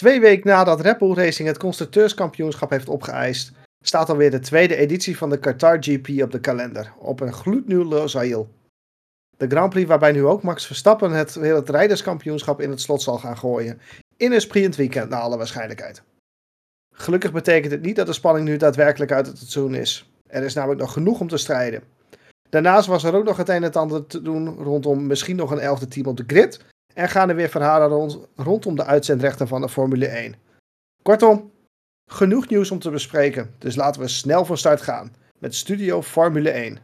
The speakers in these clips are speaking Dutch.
2 weken nadat Red Bull Racing het constructeurskampioenschap heeft opgeëist, staat alweer de tweede editie van de Qatar GP op de kalender, op een gloednieuw Losail. De Grand Prix waarbij nu ook Max Verstappen het wereldrijderskampioenschap in het slot zal gaan gooien, in een sprintweekend naar alle waarschijnlijkheid. Gelukkig betekent het niet dat de spanning nu daadwerkelijk uit het seizoen is. Er is namelijk nog genoeg om te strijden. Daarnaast was er ook nog het een en het ander te doen rondom misschien nog een 11e team op de grid. En gaan er weer verhalen rondom de uitzendrechten van de Formule 1. Kortom, genoeg nieuws om te bespreken. Dus laten we snel van start gaan met Studio Formule 1.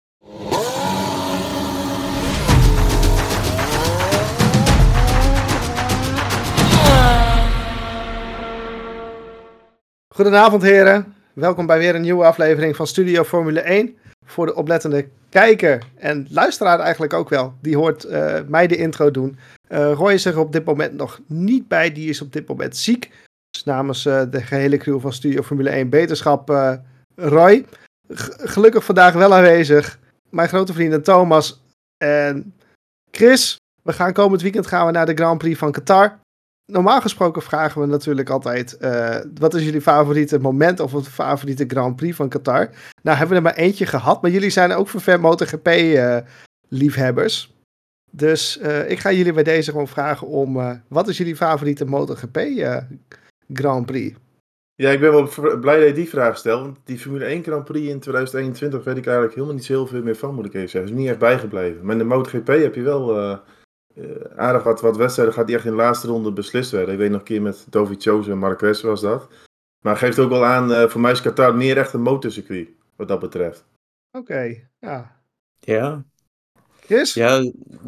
Goedenavond heren. Welkom bij weer een nieuwe aflevering van Studio Formule 1. Voor de oplettende kijker en luisteraar eigenlijk ook wel. Die hoort mij de intro doen. Roy is er op dit moment nog niet bij. Die is op dit moment ziek. Dus namens de gehele crew van Studio Formule 1 beterschap Roy. Gelukkig vandaag wel aanwezig. Mijn grote vrienden Thomas en Chris. We gaan komend weekend naar de Grand Prix van Qatar. Normaal gesproken vragen we natuurlijk altijd, wat is jullie favoriete moment of het favoriete Grand Prix van Qatar? Nou, hebben we er maar eentje gehad, maar jullie zijn ook vervent MotoGP-liefhebbers. Dus ik ga jullie bij deze gewoon vragen om, wat is jullie favoriete MotoGP Grand Prix? Ja, ik ben wel blij dat je die vraag stelt, want die Formule 1 Grand Prix in 2021 weet ik eigenlijk helemaal niet zo heel veel meer van, moet ik even zeggen. Is niet echt bijgebleven. Maar in de MotoGP heb je wel... aardig wat wedstrijden gaat die echt in de laatste ronde beslist werden. Ik weet nog een keer met Dovizioso en Marquez was dat. Maar geeft ook wel aan, voor mij is Qatar meer echt een motorcircuit, wat dat betreft. Oké, ja. Ja. Chris? Ja,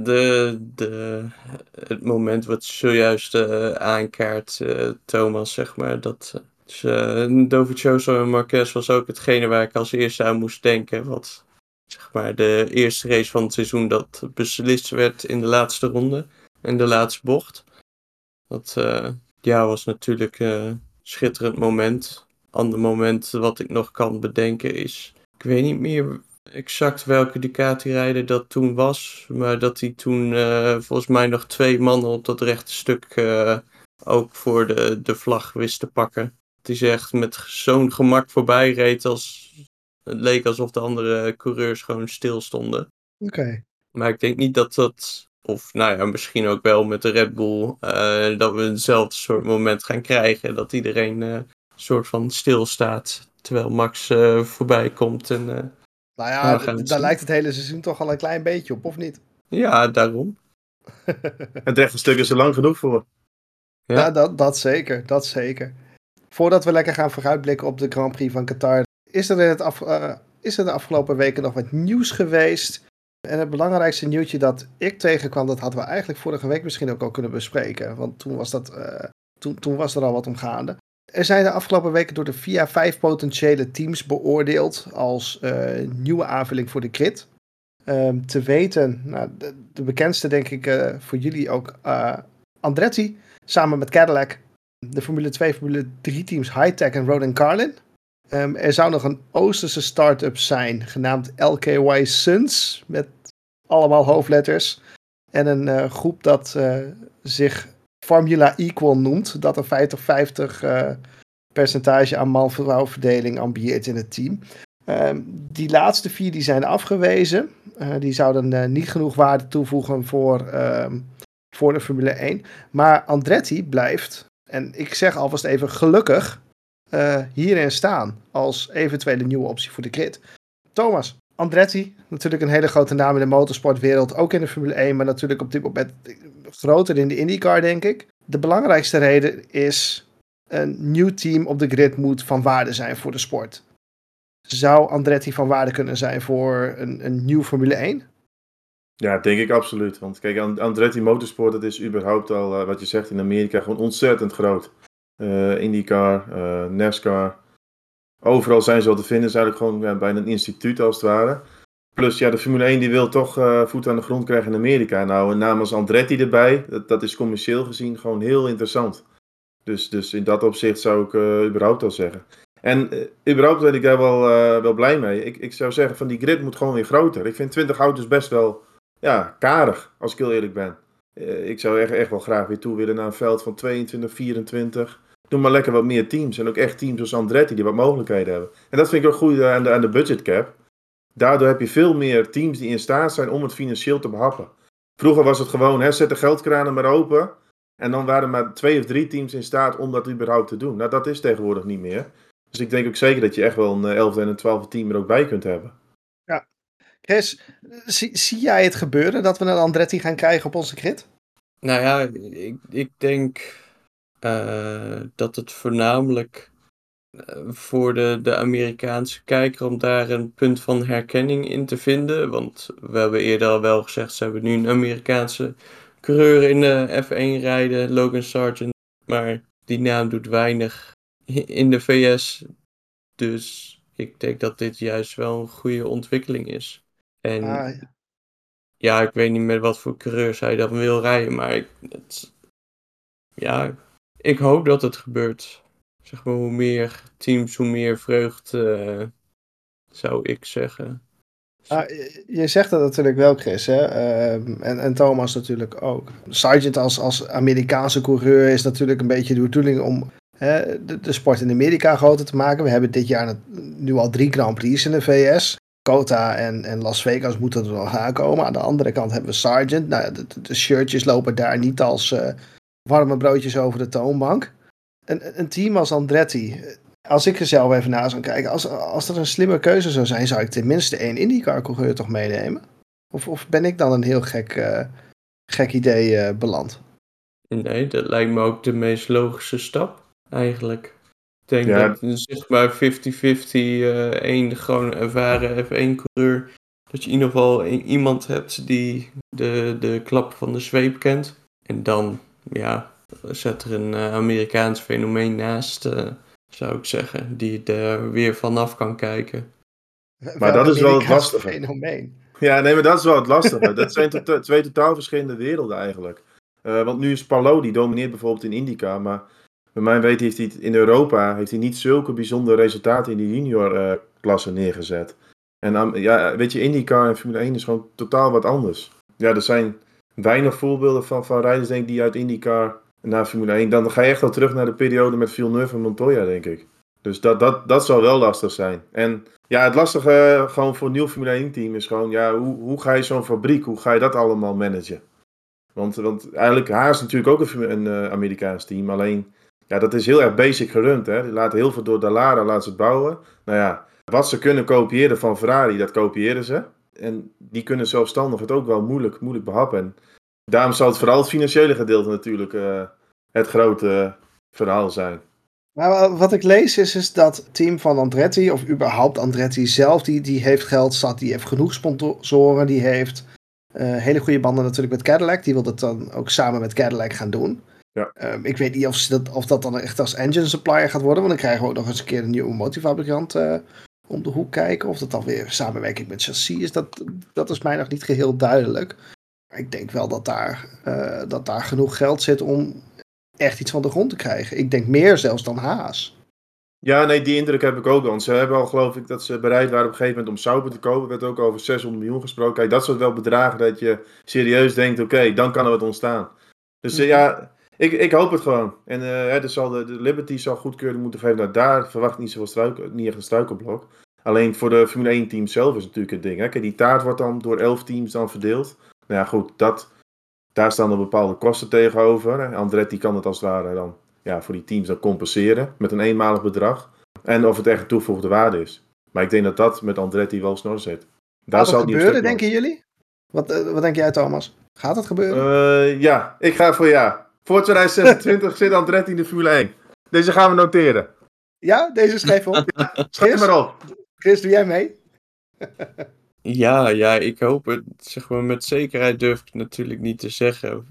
het moment wat zojuist aankaart, Thomas, zeg maar, dat Dovizioso en Marquez was ook hetgene waar ik als eerste aan moest denken, wat... Zeg maar de eerste race van het seizoen dat beslist werd in de laatste ronde. En de laatste bocht. Dat was natuurlijk een schitterend moment. Ander moment wat ik nog kan bedenken is... Ik weet niet meer exact welke Ducati-rijder dat toen was. Maar dat hij toen volgens mij nog 2 mannen op dat rechte stuk ook voor de vlag wist te pakken. Die ze echt met zo'n gemak voorbij reed als... Het leek alsof de andere coureurs gewoon stil stonden. Oké. Maar ik denk niet dat... Of nou ja, misschien ook wel met de Red Bull... dat we eenzelfde soort moment gaan krijgen. Dat iedereen een soort van stilstaat. Terwijl Max voorbij komt. En, nou ja, daar lijkt het hele seizoen toch al een klein beetje op, of niet? Ja, daarom. Het rechte stuk is er lang genoeg voor. Ja, dat zeker. Dat zeker. Voordat we lekker gaan vooruitblikken op de Grand Prix van Qatar... Is er de afgelopen weken nog wat nieuws geweest? En het belangrijkste nieuwtje dat ik tegenkwam, dat hadden we eigenlijk vorige week misschien ook al kunnen bespreken. Want toen was er al wat om gaande. Er zijn de afgelopen weken door de FIA 5 potentiële teams beoordeeld als nieuwe aanvulling voor de grid. Te weten, nou, de bekendste denk ik voor jullie ook, Andretti, samen met Cadillac. De Formule 2, Formule 3 teams Hitech en Roden Carlin. Er zou nog een Oosterse start-up zijn, genaamd LKY Suns, met allemaal hoofdletters. En een groep dat zich Formula Equal noemt, dat een 50-50 percentage aan man-vrouw verdeling ambieert in het team. Die laatste 4 die zijn afgewezen. Die zouden niet genoeg waarde toevoegen voor de Formule 1. Maar Andretti blijft, en ik zeg alvast even gelukkig... hierin staan als eventuele nieuwe optie voor de grid. Thomas, Andretti, natuurlijk een hele grote naam in de motorsportwereld, ook in de Formule 1, maar natuurlijk op dit moment groter in de IndyCar, denk ik. De belangrijkste reden is, een nieuw team op de grid moet van waarde zijn voor de sport. Zou Andretti van waarde kunnen zijn voor een nieuw Formule 1? Ja, denk ik absoluut. Want kijk, Andretti Motorsport, dat is überhaupt al, wat je zegt, in Amerika gewoon ontzettend groot. IndyCar, NASCAR. Overal zijn ze al te vinden. Het is eigenlijk gewoon bijna een instituut als het ware. Plus ja, de Formule 1 die wil toch voet aan de grond krijgen in Amerika. Nou, een naam als Andretti erbij, dat is commercieel gezien gewoon heel interessant. Dus in dat opzicht zou ik überhaupt al zeggen. En überhaupt ben ik daar wel blij mee. Ik zou zeggen, van die grid moet gewoon weer groter. Ik vind 20 auto's best wel karig, als ik heel eerlijk ben. Ik zou echt wel graag weer toe willen naar een veld van 22, 24. Doe maar lekker wat meer teams. En ook echt teams als Andretti die wat mogelijkheden hebben. En dat vind ik ook goed aan de budgetcap. Daardoor heb je veel meer teams die in staat zijn om het financieel te behappen. Vroeger was het gewoon, zet de geldkranen maar open. En dan waren maar 2 of 3 teams in staat om dat überhaupt te doen. Nou, dat is tegenwoordig niet meer. Dus ik denk ook zeker dat je echt wel een 11e en een 12e team er ook bij kunt hebben. Ja. Chris, zie jij het gebeuren dat we een Andretti gaan krijgen op onze grid? Nou ja, ik denk dat het voornamelijk voor de Amerikaanse kijker om daar een punt van herkenning in te vinden. Want we hebben eerder al wel gezegd, ze hebben nu een Amerikaanse coureur in de F1 rijden, Logan Sargent. Maar die naam doet weinig in de VS. Dus ik denk dat dit juist wel een goede ontwikkeling is. En ja, ik weet niet met wat voor coureurs hij dan wil rijden, maar ik hoop dat het gebeurt. Zeg maar, hoe meer teams, hoe meer vreugde, zou ik zeggen. Je zegt dat natuurlijk wel, Chris, hè? En Thomas natuurlijk ook. Sargent als Amerikaanse coureur is natuurlijk een beetje de bedoeling om de sport in Amerika groter te maken. We hebben dit jaar nu al 3 Grand Prix in de VS. Kota en Las Vegas moeten er nog aankomen. Aan de andere kant hebben we Sargent. Nou, de shirtjes lopen daar niet als warme broodjes over de toonbank. Een team als Andretti, als ik er zelf even naar zou kijken, als er een slimme keuze zou zijn, zou ik tenminste 1 IndyCar-coureur toch meenemen? Of ben ik dan een heel gek idee beland? Nee, dat lijkt me ook de meest logische stap, eigenlijk. Ik denk Ja. dat zeg maar 50-50 één gewoon ervaren F1-coureur, dat je in ieder geval iemand hebt die de klap van de zweep kent. En dan, zet er een Amerikaans fenomeen naast, zou ik zeggen, die er weer vanaf kan kijken. Maar dat is wel het lastige. Fenomeen. Ja, nee, maar dat is wel het lastige. Dat zijn 2 totaal verschillende werelden eigenlijk. Want nu is Palou, die domineert bijvoorbeeld in IndyCar, maar bij mij weet heeft hij in Europa niet zulke bijzondere resultaten in de junior klasse neergezet. En weet je, IndyCar en Formule 1 is gewoon totaal wat anders. Ja, er zijn weinig voorbeelden van rijders, denk ik, die uit IndyCar naar Formule 1. Dan ga je echt wel terug naar de periode met Villeneuve en Montoya, denk ik. Dus dat zal wel lastig zijn. En ja, het lastige gewoon voor een nieuw Formule 1 team is gewoon, hoe ga je zo'n fabriek, hoe ga je dat allemaal managen? Want eigenlijk Haas is natuurlijk ook een Amerikaans team, alleen dat is heel erg basic gerund. Hè? Die laten heel veel door Dallara laten ze het bouwen. Nou ja, wat ze kunnen kopiëren van Ferrari, dat kopiëren ze. En die kunnen zelfstandig het ook wel moeilijk behappen. En daarom zal het vooral het financiële gedeelte natuurlijk het grote verhaal zijn. Maar wat ik lees is dat het team van Andretti, of überhaupt Andretti zelf, die heeft geld zat, die heeft genoeg sponsoren, die heeft hele goede banden natuurlijk met Cadillac. Die wil dat dan ook samen met Cadillac gaan doen. Ja. Ik weet niet of dat dan echt als engine supplier gaat worden, want dan krijgen we ook nog eens een keer een nieuwe motorfabrikant om de hoek kijken. Of dat dan weer samenwerking met chassis is, dat is mij nog niet geheel duidelijk. Maar ik denk wel dat daar genoeg geld zit om echt iets van de grond te krijgen. Ik denk meer zelfs dan Haas. Ja, nee, die indruk heb ik ook. Want ze hebben al, geloof ik, dat ze bereid waren op een gegeven moment om Sauber te kopen. Er werd ook over 600 miljoen gesproken. Kijk, dat soort wel bedragen dat je serieus denkt, oké, dan kan er wat ontstaan. Dus ik hoop het gewoon. En de Liberty zal goedkeuring moeten geven. Nou, daar verwacht ik niet echt een struikelblok. Alleen voor de Formule 1 team zelf is natuurlijk het ding. Hè? Kijk, die taart wordt dan door 11 teams dan verdeeld. Nou ja, goed, daar staan er bepaalde kosten tegenover. Andretti kan het als het ware dan voor die teams dan compenseren met een eenmalig bedrag. En of het echt een toegevoegde waarde is. Maar ik denk dat met Andretti wel snor zit. Gaat het gebeuren, denken jullie? Wat denk jij, Thomas? Gaat het gebeuren? Ja, ik ga voor ja. Voor 2026 zit Andretti in de Formule 1. Deze gaan we noteren. Ja, deze schrijf op. Schrijf maar op. Chris, doe jij mee? Ja, ik hoop het. Zeg maar, met zekerheid durf ik natuurlijk niet te zeggen.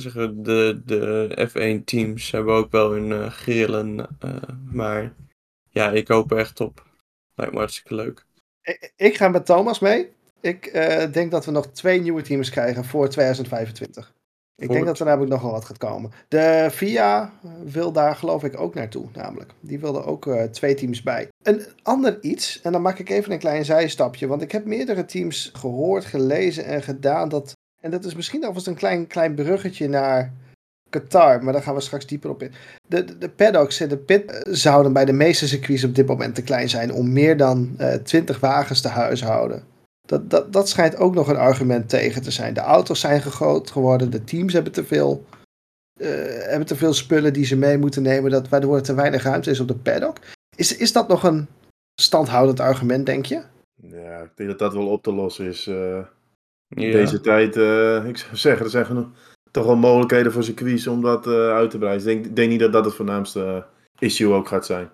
De F1-teams hebben ook wel hun grillen. Maar ja, ik hoop er echt op. Lijkt me hartstikke leuk. Ik ga met Thomas mee. Ik denk dat we nog 2 nieuwe teams krijgen voor 2025. Ik denk dat er namelijk nog wel wat gaat komen. De FIA wil daar geloof ik ook naartoe, namelijk. Die wilde ook 2 teams bij. Een ander iets, en dan maak ik even een klein zijstapje, want ik heb meerdere teams gehoord, gelezen en gedaan dat En dat is misschien alvast een klein bruggetje naar Qatar, maar daar gaan we straks dieper op in. De paddocks en de pit zouden bij de meeste circuits op dit moment te klein zijn om meer dan 20 wagens te huishouden. Dat schijnt ook nog een argument tegen te zijn. De auto's zijn groot geworden, de teams hebben te veel spullen die ze mee moeten nemen, waardoor er te weinig ruimte is op de paddock. Is dat nog een standhoudend argument, denk je? Ja, ik denk dat dat wel op te lossen is. In Ja. deze tijd, ik zou zeggen, er zijn genoeg toch wel mogelijkheden voor circuits om dat uit te breiden. Ik denk niet dat dat het voornaamste issue ook gaat zijn.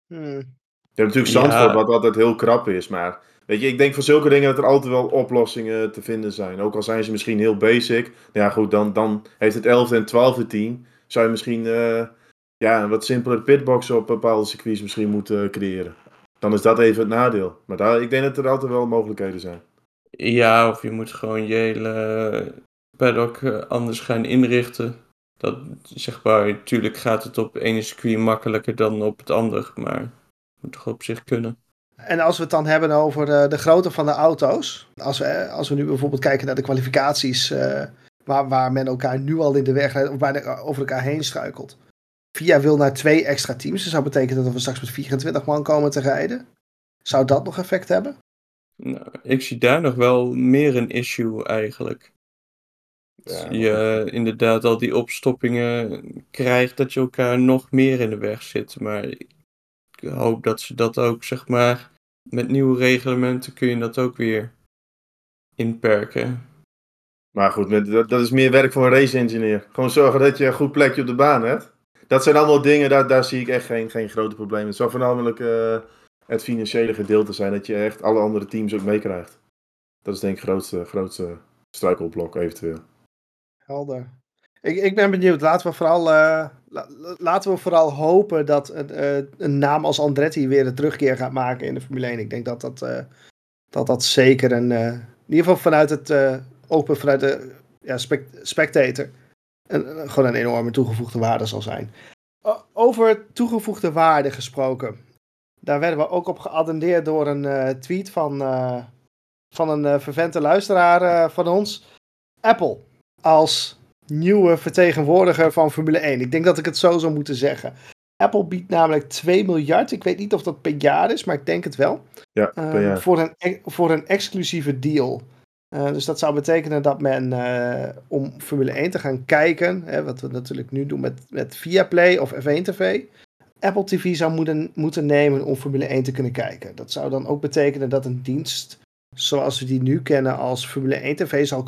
Je hebt natuurlijk Zandvoort, wat altijd heel krap is, maar weet je, ik denk voor zulke dingen dat er altijd wel oplossingen te vinden zijn. Ook al zijn ze misschien heel basic. Ja goed, dan heeft het 11e en 12e team, zou je misschien een wat simpelere pitbox op bepaalde circuits misschien moeten creëren. Dan is dat even het nadeel. Maar ik denk dat er altijd wel mogelijkheden zijn. Ja, of je moet gewoon je hele paddock anders gaan inrichten. Dat, zeg maar, natuurlijk gaat het op het ene circuit makkelijker dan op het andere, maar het moet toch op zich kunnen. En als we het dan hebben over de grootte van de auto's. Als we nu bijvoorbeeld kijken naar de kwalificaties. Waar men elkaar nu al in de weg rijdt. Of waar over elkaar heen struikelt. VIA wil naar 2 extra teams. Dat zou betekenen dat we straks met 24 man komen te rijden. Zou dat nog effect hebben? Nou, ik zie daar nog wel meer een issue eigenlijk. Ja, Je inderdaad al die opstoppingen krijgt dat je elkaar nog meer in de weg zit. Maar ik hoop dat ze dat ook, zeg maar, met nieuwe reglementen kun je dat ook weer inperken. Maar goed, dat is meer werk voor een race-engineer. Gewoon zorgen dat je een goed plekje op de baan hebt. Dat zijn allemaal dingen, daar zie ik echt geen grote problemen. Het zal voornamelijk het financiële gedeelte zijn, dat je echt alle andere teams ook meekrijgt. Dat is denk ik het grootste struikelblok eventueel. Helder. Ik ben benieuwd. Laten we vooral hopen dat een naam als Andretti weer een terugkeer gaat maken in de Formule 1. Ik denk dat zeker in ieder geval vanuit de spectator gewoon een enorme toegevoegde waarde zal zijn. Over toegevoegde waarde gesproken. Daar werden we ook op geattendeerd door een tweet van een vervente luisteraar van ons. Apple als nieuwe vertegenwoordiger van Formule 1. Ik denk dat ik het zo zou moeten zeggen. Apple biedt namelijk 2 miljard. Ik weet niet of dat per jaar is, maar ik denk het wel. Ja, per jaar. Voor een exclusieve deal. Dus dat zou betekenen dat men om Formule 1 te gaan kijken, wat we natuurlijk nu doen met Viaplay of F1 TV, Apple TV zou moeten nemen om Formule 1 te kunnen kijken. Dat zou dan ook betekenen dat een dienst zoals we die nu kennen als Formule 1 TV zou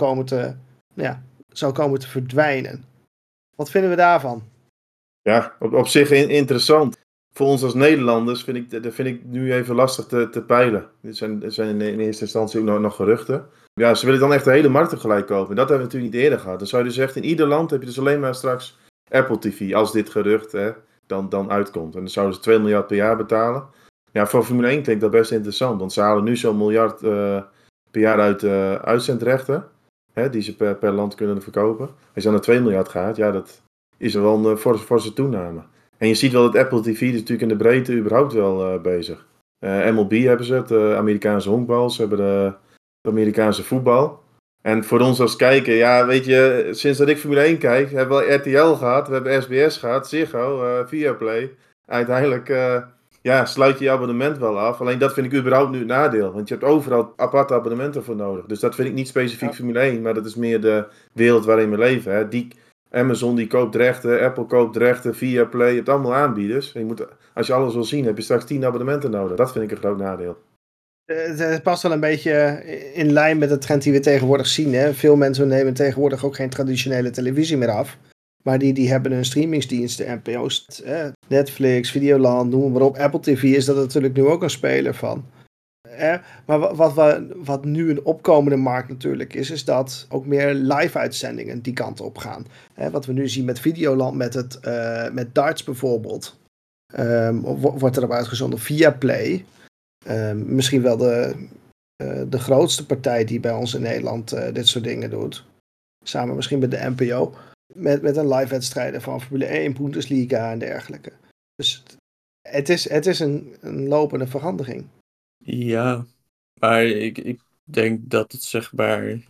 komen te verdwijnen. Wat vinden we daarvan? Ja, op zich interessant. Voor ons als Nederlanders vind ik nu even lastig te peilen. Dit zijn in eerste instantie ook nog geruchten. Ja, ze willen dan echt de hele markt tegelijk kopen. Dat hebben we natuurlijk niet eerder gehad. Dan zou je dus echt in ieder land heb je dus alleen maar straks Apple TV. Als dit gerucht dan uitkomt. En dan zouden ze 2 miljard per jaar betalen. Ja, voor Formule 1 klinkt dat best interessant. Want ze halen nu zo'n miljard per jaar uit uitzendrechten. Die ze per land kunnen verkopen. Als je dan naar 2 miljard gaat, ja, dat is er wel een forse toename. En je ziet wel dat Apple TV is natuurlijk in de breedte überhaupt wel bezig. MLB hebben ze, het Amerikaanse honkbal. Ze hebben de Amerikaanse voetbal. En voor ons als kijker, ja, weet je, sinds dat ik Formule 1 kijk, hebben we RTL gehad, we hebben SBS gehad, Ziggo, Viaplay. Uiteindelijk sluit je abonnement wel af. Alleen dat vind ik überhaupt nu het nadeel. Want je hebt overal aparte abonnementen voor nodig. Dus dat vind ik niet specifiek Formule 1, maar dat is meer de wereld waarin we leven. Hè. Amazon die koopt rechten, Apple koopt rechten, Viaplay, je hebt allemaal aanbieders. En als je alles wil zien, heb je straks 10 abonnementen nodig. Dat vind ik een groot nadeel. Het past wel een beetje in lijn met de trend die we tegenwoordig zien. Hè? Veel mensen nemen tegenwoordig ook geen traditionele televisie meer af. Maar die hebben een streamingsdienst, de NPO's, Netflix, Videoland, noem maar op. Apple TV is daar natuurlijk nu ook een speler van. Maar wat nu een opkomende markt natuurlijk is dat ook meer live-uitzendingen die kant op gaan. Wat we nu zien met Videoland, met darts bijvoorbeeld, wordt erop uitgezonden via Play. Misschien wel de grootste partij die bij ons in Nederland dit soort dingen doet. Samen misschien met de NPO. Met een live wedstrijden van Formule 1, Bundesliga en dergelijke. Dus het is een lopende verandering. Ja, maar ik denk dat het, zeg maar,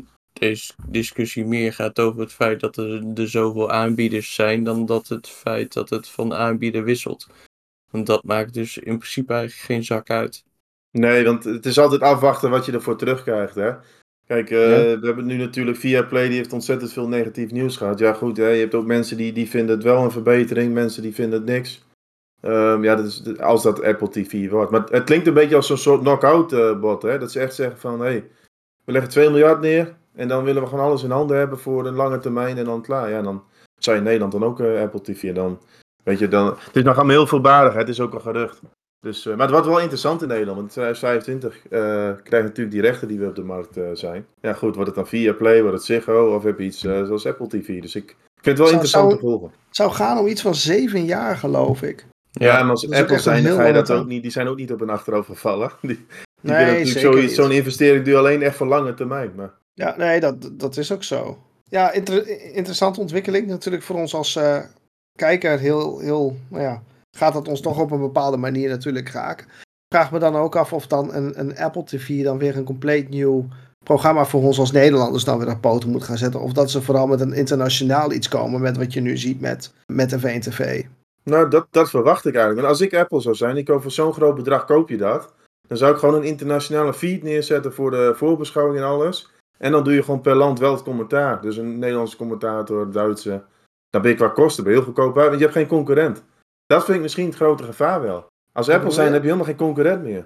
deze discussie meer gaat over het feit dat er zoveel aanbieders zijn, dan dat het feit dat het van aanbieder wisselt. Want dat maakt dus in principe eigenlijk geen zak uit. Nee, want het is altijd afwachten wat je ervoor terugkrijgt, hè. Kijk, we hebben nu natuurlijk Viaplay, die heeft ontzettend veel negatief nieuws gehad. Ja goed, hè, je hebt ook mensen die vinden het wel een verbetering, mensen die vinden het niks. Dat is, als dat Apple TV wordt. Maar het klinkt een beetje als zo'n soort knock-out bot, hè. Dat ze echt zeggen van, hey, we leggen 2 miljard neer en dan willen we gewoon alles in handen hebben voor een lange termijn en dan klaar. Ja, dan zou je in Nederland dan ook Apple TV en dan, weet je, dan... Het is nog allemaal heel voorbarig, hè. Het is ook al gerucht. Dus, maar het wordt wel interessant in Nederland, want in 2025 krijgen natuurlijk die rechten die we op de markt zijn. Ja goed, wordt het dan Viaplay, wordt het Ziggo of heb je iets zoals Apple TV. Dus ik vind het wel interessant te volgen. Het zou gaan om iets van 7 jaar, geloof ik. Ja, maar als dat is ook Apple echt een zijn, dan heel ga je lange dat ook tijd. niet. Die zijn ook niet op een achterover gevallen. Die Nee, willen natuurlijk zeker niet. zo'n investering doe je alleen echt voor lange termijn. Maar... Ja, nee, dat is ook zo. Ja, interessante ontwikkeling natuurlijk voor ons als kijker. Heel, nou ja, gaat dat ons toch op een bepaalde manier natuurlijk raken. Ik vraag me dan ook af of dan een Apple TV dan weer een compleet nieuw programma voor ons als Nederlanders dan weer op poten moet gaan zetten. Of dat ze vooral met een internationaal iets komen met wat je nu ziet met F1 TV. Nou, dat verwacht ik eigenlijk. Want als ik Apple zou zijn, ik koop voor zo'n groot bedrag, koop je dat. Dan zou ik gewoon een internationale feed neerzetten voor de voorbeschouwing en alles. En dan doe je gewoon per land wel het commentaar. Dus een Nederlandse commentator, Duitse. Dan ben je qua kosten heel goedkoop uit, want je hebt geen concurrent. Dat vind ik misschien het grote gevaar wel. Als Apple zijn, heb je helemaal geen concurrent meer.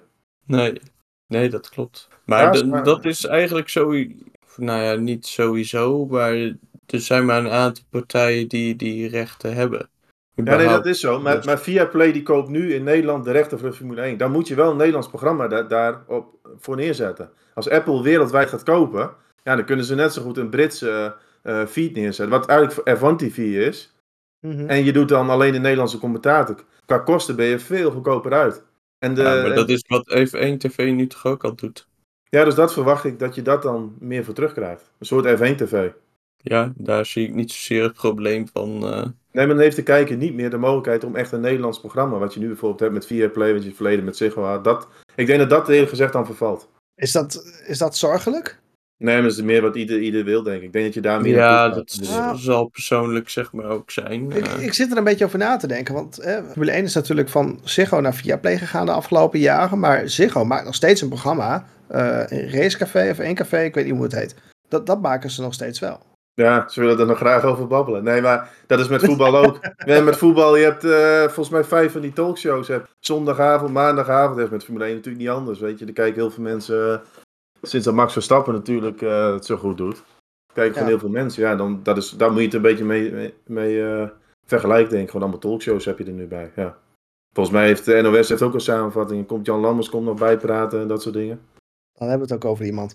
Nee, dat klopt. Maar Ja, dat is eigenlijk nou ja, niet sowieso, maar er zijn maar een aantal partijen die rechten hebben. Ja, nee, dat is zo. Maar Viaplay die koopt nu in Nederland de rechten voor de Formule 1. Dan moet je wel een Nederlands programma daarop voor neerzetten. Als Apple wereldwijd gaat kopen, ja, dan kunnen ze net zo goed een Britse feed neerzetten. Wat eigenlijk F1 TV is. Mhm. En je doet dan alleen de Nederlandse commentator. Qua kosten ben je veel goedkoper uit. Maar dat is wat F1 TV nu toch ook al doet. Ja, dus dat verwacht ik dat je dat dan meer voor terugkrijgt. Een soort F1 TV. Ja, daar zie ik niet zozeer het probleem van. Nee, maar dan heeft de kijker niet meer de mogelijkheid om echt een Nederlands programma, wat je nu bijvoorbeeld hebt met Viaplay, wat je verleden met Ziggo had. Ik denk dat eerlijk gezegd dan vervalt. Is dat zorgelijk? Nee, maar dat is meer wat ieder wil, denk ik. Ik denk dat je daar meer Ja, naartoe gaat. dat zal persoonlijk zeg maar ook zijn. Ik zit er een beetje over na te denken, want Formule 1 is natuurlijk van Ziggo naar Viaplay gegaan de afgelopen jaren, maar Ziggo maakt nog steeds een programma, een racecafé of 1 café, ik weet niet hoe het heet. Dat maken ze nog steeds wel. Ja, ze willen er nog graag over babbelen. Nee, maar dat is met voetbal ook. Ja, met voetbal, je hebt volgens mij 5 van die talkshows. Je hebt zondagavond, maandagavond. Dat is met Formule 1 natuurlijk niet anders, weet je. Er kijken heel veel mensen, sinds dat Max Verstappen natuurlijk het zo goed doet. Kijken gewoon heel veel mensen. Ja, daar moet je het een beetje mee vergelijken, denk ik. Gewoon allemaal talkshows heb je er nu bij, ja. Volgens mij heeft de NOS ook een samenvatting. Komt Jan Lammers nog bijpraten en dat soort dingen. Dan hebben we het ook over iemand.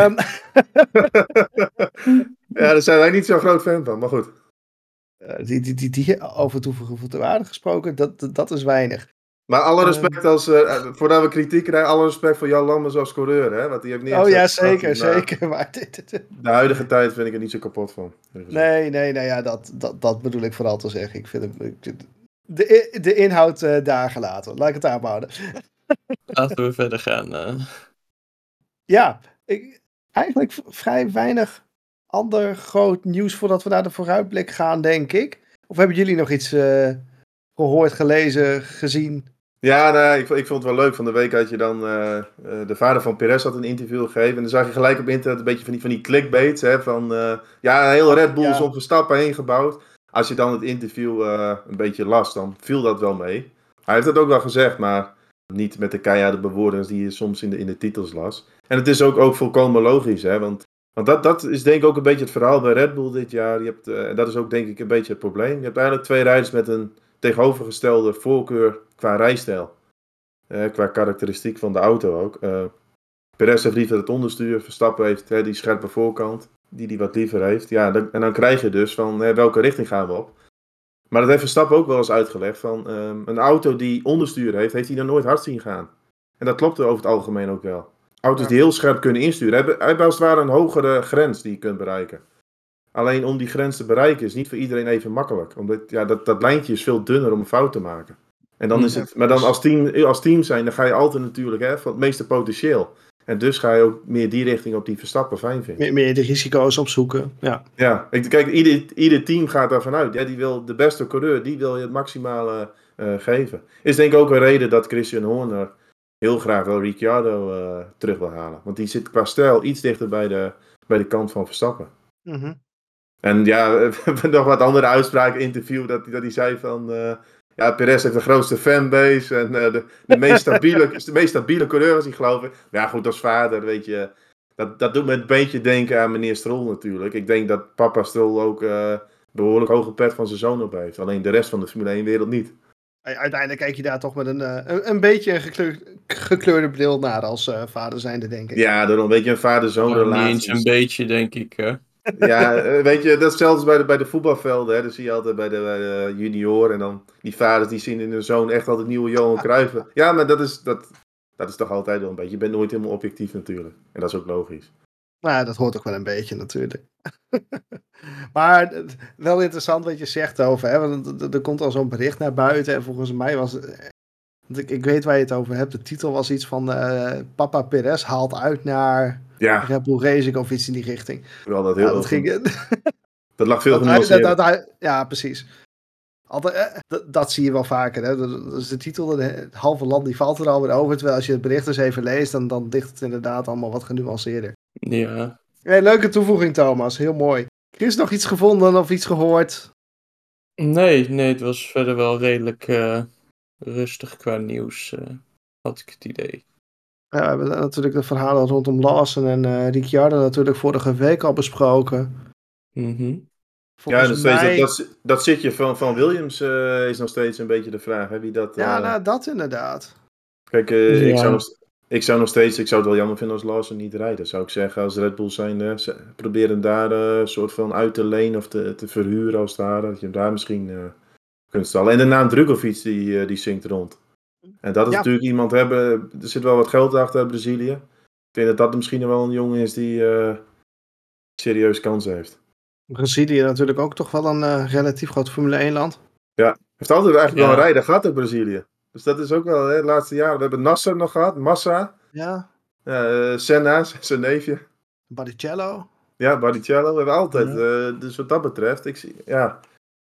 Ja, daar zijn wij niet zo'n groot fan van, maar goed. Die over toegevoegde waarde gesproken, dat is weinig. Maar alle respect voordat we kritiek krijgen, alle respect voor Jan Lammers als coureur, hè? Want die heeft neergezet. Oh ja, zeker. Maar de huidige tijd vind ik er niet zo kapot van. Nee, nou ja, dat bedoel ik vooral te zeggen. Ik vind de inhoud daar gelaten. Laat ik het daarop houden. Laten we verder gaan. Ja, eigenlijk vrij weinig ander groot nieuws voordat we naar de vooruitblik gaan, denk ik. Of hebben jullie nog iets gehoord, gelezen, gezien? Ja, nou, ik vond het wel leuk. Van de week had je dan de vader van Perez had een interview gegeven. En dan zag je gelijk op internet een beetje van die clickbaits. Hè, van een heel Red Bull is om Verstappen heen gebouwd. Als je dan het interview een beetje las, dan viel dat wel mee. Hij heeft dat ook wel gezegd, maar niet met de keiharde bewoordingen die je soms in de titels las. En het is ook volkomen logisch, hè, want dat is denk ik ook een beetje het verhaal bij Red Bull dit jaar. En dat is ook denk ik een beetje het probleem. Je hebt eigenlijk 2 rijders met een tegenovergestelde voorkeur qua rijstijl. Qua karakteristiek van de auto ook. Perez heeft liever het onderstuur. Verstappen heeft die scherpe voorkant. Die wat liever heeft. Ja, en dan krijg je dus van welke richting gaan we op. Maar dat heeft Verstappen ook wel eens uitgelegd. Van een auto die onderstuur heeft hij dan nooit hard zien gaan. En dat klopt over het algemeen ook wel. Auto's die heel scherp kunnen insturen, hebben als het ware een hogere grens die je kunt bereiken. Alleen om die grens te bereiken is niet voor iedereen even makkelijk. Omdat dat lijntje is veel dunner om een fout te maken. En dan is het, maar dan als team zijn, dan ga je altijd natuurlijk van het meeste potentieel. En dus ga je ook meer die richting op die Verstappen fijn vindt. Meer de risico's opzoeken. Ja. Ja, kijk, ieder team gaat daarvan uit. Ja, die wil de beste coureur, die wil je het maximale geven. Is denk ik ook een reden dat Christian Horner heel graag wel Ricciardo terug wil halen. Want die zit qua stijl iets dichter bij de kant van Verstappen. Mhm. En ja, we hebben nog wat andere uitspraken in interview dat hij zei van... ja, Perez heeft de grootste fanbase en de meest stabiele coureur was hij, geloof ik. Maar ja, goed, als vader, weet je... Dat doet me een beetje denken aan meneer Stroll natuurlijk. Ik denk dat papa Stroll ook behoorlijk hoge pet van zijn zoon op heeft. Alleen de rest van de Formule 1-wereld niet. Uiteindelijk kijk je daar toch met een beetje een gekleurde bril naar als vader zijnde, denk ik. Ja, dan een beetje een vader-zoon Niet relatie. eens een beetje, denk ik. Hè? Ja, weet je, dat is zelfs bij de voetbalvelden. Hè. Dat zie je altijd bij de junior. En dan die vaders die zien in hun zoon echt altijd nieuwe Johan Cruijffen. Ja, maar dat is toch altijd wel een beetje. Je bent nooit helemaal objectief natuurlijk. En dat is ook logisch. Nou, dat hoort ook wel een beetje natuurlijk. Maar wel interessant wat je zegt over, hè? Want er komt al zo'n bericht naar buiten. En volgens mij was... Ik weet waar je het over hebt. De titel was iets van... Papa Perez haalt uit naar Ja, Red Bull Racing of iets in die richting. wel dat Ja, heel dat ging... dat lag veel genuanceerder. Ja, precies. Altijd, dat zie je wel vaker. Hè? Dat is de titel, het halve land die valt er alweer over. Terwijl als je het bericht eens even leest, dan ligt het inderdaad allemaal wat genuanceerder. Ja. Hey, leuke toevoeging, Thomas. Heel mooi. Chris, nog iets gevonden of iets gehoord? Nee, het was verder wel redelijk rustig qua nieuws, had ik het idee. Ja, we hebben natuurlijk de verhalen rondom Lawson en Ricciardo natuurlijk vorige week al besproken. Mhm. Volgens Ja, mij... dat zitje van Williams is nog steeds een beetje de vraag. Hè, wie dat, Ja, nou, dat inderdaad. Kijk, Ja. ik zou het wel jammer vinden als Lawson niet rijdt. Zou ik zeggen, als Red Bull zijn, proberen daar een soort van uit te lenen of te verhuren als het ware. Dat je hem daar misschien kunt stallen. En de naam Drugovic, die zingt rond. En dat is Ja. natuurlijk iemand hebben, er zit wel wat geld achter uit Brazilië. Ik denk dat dat misschien wel een jongen is die serieus kans heeft. Brazilië natuurlijk ook toch wel een relatief groot Formule 1 land. Ja, heeft altijd eigenlijk wel Ja. een rijder gehad uit Brazilië. Dus dat is ook wel, hè, de laatste jaren. We hebben Nasser nog gehad, Massa, Ja, Senna, zijn neefje. Barrichello. Ja, Barrichello. We hebben altijd. Ja. Dus wat dat betreft, ja.